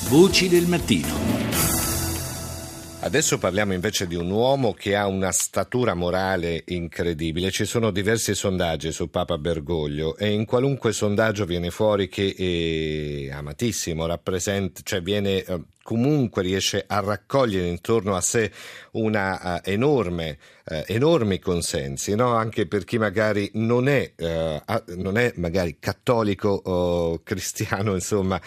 Voci del mattino. Adesso parliamo invece di un uomo che ha una statura morale incredibile. Ci sono diversi sondaggi su Papa Bergoglio e in qualunque sondaggio viene fuori che è amatissimo, comunque riesce a raccogliere intorno a sé una enormi consensi, no? Anche per chi magari non è magari cattolico o cristiano, insomma,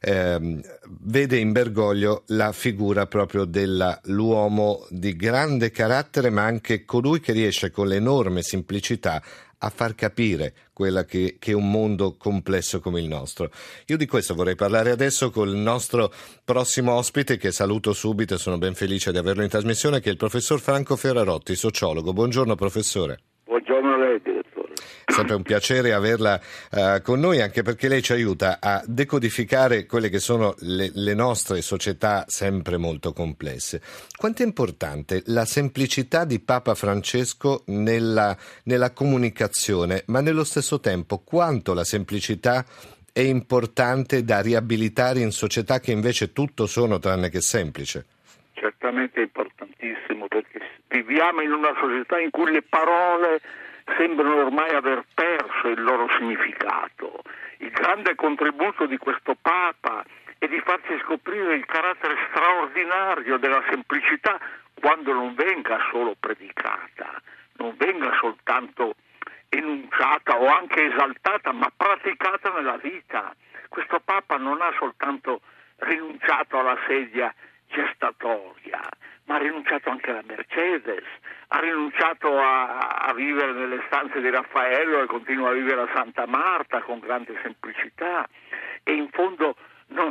vede in Bergoglio la figura proprio dell'uomo di grande carattere, ma anche colui che riesce con l'enorme semplicità a far capire quella che è un mondo complesso come il nostro. Io di questo vorrei parlare adesso con il nostro prossimo ospite, che saluto subito e sono ben felice di averlo in trasmissione, che è il professor Franco Ferrarotti, sociologo. Buongiorno professore. Buongiorno a lei, direttore. Sempre un piacere averla con noi, anche perché lei ci aiuta a decodificare quelle che sono le nostre società sempre molto complesse. Quanto è importante la semplicità di Papa Francesco nella comunicazione, ma nello stesso tempo quanto la semplicità è importante da riabilitare in società che invece tutto sono tranne che semplice? Certamente è importantissimo, perché viviamo in una società in cui le parole sembrano ormai aver perso il loro significato. Il grande contributo di questo Papa è di farci scoprire il carattere straordinario della semplicità quando non venga solo predicata, non venga soltanto enunciata o anche esaltata, ma praticata nella vita. Questo Papa non ha soltanto rinunciato alla sedia gestatoria, ma ha rinunciato anche alla Mercedes, ha rinunciato a vivere nelle stanze di Raffaello e continua a vivere a Santa Marta con grande semplicità, e in fondo non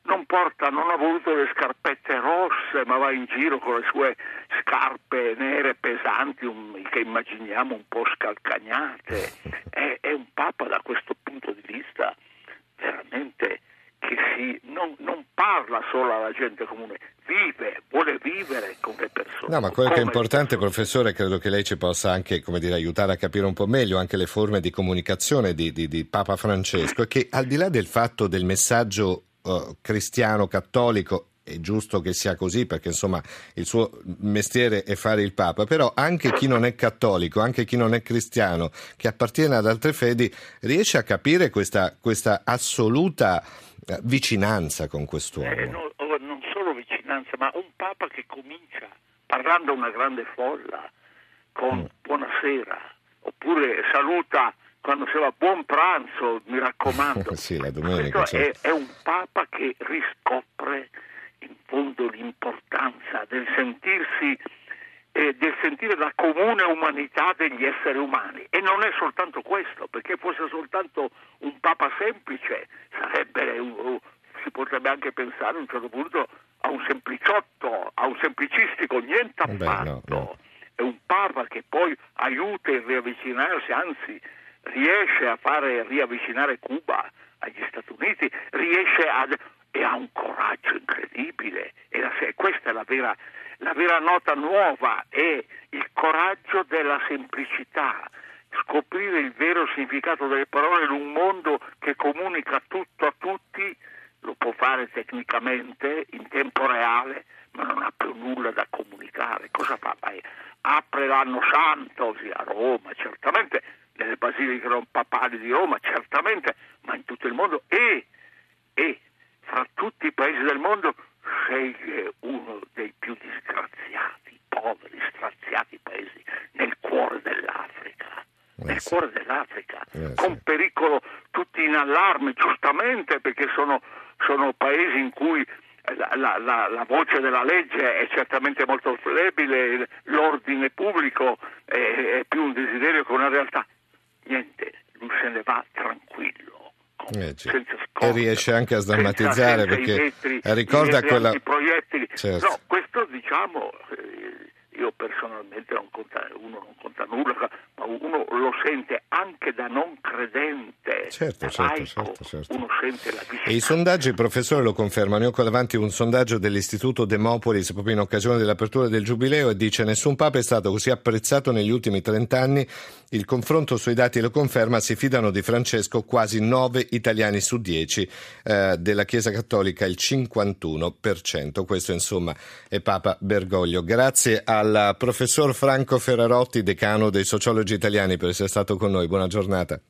ha voluto le scarpette rosse, ma va in giro con le sue scarpe nere pesanti, che immaginiamo un po' scalcagnate. È un Papa da questo punto di vista veramente che non parla solo alla gente comune, vuole vivere con le persone. No, ma quello che è importante, professore, credo che lei ci possa anche, aiutare a capire un po' meglio anche le forme di comunicazione di Papa Francesco, è che al di là del fatto del messaggio cristiano, cattolico, è giusto che sia così perché insomma il suo mestiere è fare il Papa, però anche chi non è cattolico, anche chi non è cristiano, che appartiene ad altre fedi, riesce a capire questa assoluta vicinanza con quest'uomo. Non solo vicinanza, ma un Papa che comincia parlando a una grande folla con buonasera, oppure saluta quando si va buon pranzo, mi raccomando. Sì, la domenica. È un Papa che riscopre in fondo l'importanza del sentire la comune umanità degli esseri umani. E non è soltanto questo, perché fosse soltanto un Papa semplice si potrebbe anche pensare a un certo punto a un sempliciotto, a un semplicistico, niente affatto. No. È un Papa che poi aiuta a riavvicinarsi, anzi riesce a fare riavvicinare Cuba agli Stati Uniti, e ha un coraggio incredibile, e questa è la vera nota nuova, è il coraggio della semplicità, scoprire il vero significato delle parole in un mondo che comunica tutto a tutti. Lo può fare tecnicamente in tempo reale, ma non ha più nulla da comunicare. Cosa fa? Apre l'anno santo a Roma, certamente, nelle basiliche papali di Roma, certamente, ma in tutto il mondo, e fra tutti i paesi del mondo sceglie uno dei più disgraziati, poveri, straziati paesi nel cuore dell'Africa. Con pericolo, tutti in allarme, giustamente, perché sono paesi in cui la voce della legge è certamente molto flebile, l'ordine pubblico è più un desiderio che una realtà. Niente, lui se ne va tranquillo, senza scorta, e riesce anche a sdrammatizzare, perché ricorda quella proiettili. Certo. No, questo io personalmente uno non conta nulla, ma uno lo sente anche da non credente. certo. uno sente la distanza. E i sondaggi, professore, lo confermano. Io ho davanti un sondaggio dell'Istituto Demopolis proprio in occasione dell'apertura del Giubileo e dice: nessun Papa è stato così apprezzato negli ultimi 30 anni. Il confronto sui dati lo conferma, si fidano di Francesco quasi 9 italiani su 10, della Chiesa Cattolica il 51%. Questo insomma è Papa Bergoglio. Grazie al professor Franco Ferrarotti, decano dei sociologi italiani, per essere stato con noi. Buona giornata.